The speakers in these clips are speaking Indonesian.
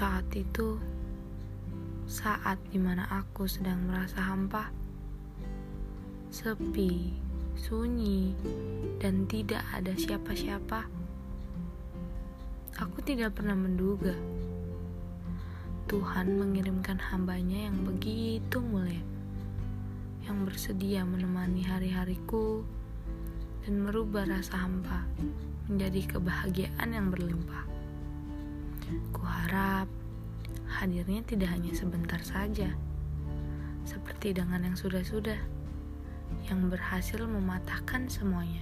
Saat itu, saat dimana aku sedang merasa hampa, sepi, sunyi, dan tidak ada siapa-siapa, aku tidak pernah menduga Tuhan mengirimkan hamba-Nya yang begitu mulia, yang bersedia menemani hari-hariku dan merubah rasa hampa menjadi kebahagiaan yang berlimpah. Kuharap hadirnya tidak hanya sebentar saja, seperti dengan yang sudah-sudah, yang berhasil mematahkan semuanya.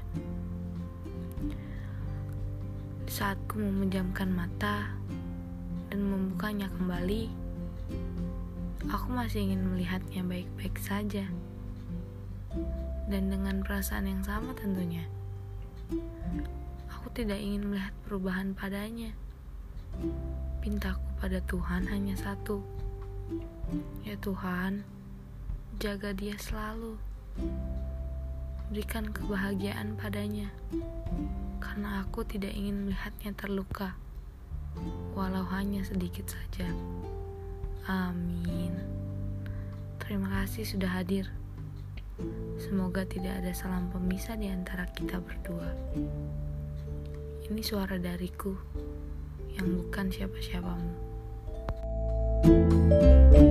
Saat ku memejamkan mata dan membukanya kembali, aku masih ingin melihatnya baik-baik saja, dan dengan perasaan yang sama tentunya. Aku tidak ingin melihat perubahan padanya. Pintaku pada Tuhan hanya satu. Ya Tuhan, jaga dia selalu. Berikan kebahagiaan padanya, karena aku tidak ingin melihatnya terluka, walau hanya sedikit saja. Amin. Terima kasih sudah hadir. Semoga tidak ada salam pemisah di antara kita berdua. Ini suara dariku yang bukan siapa-siapamu.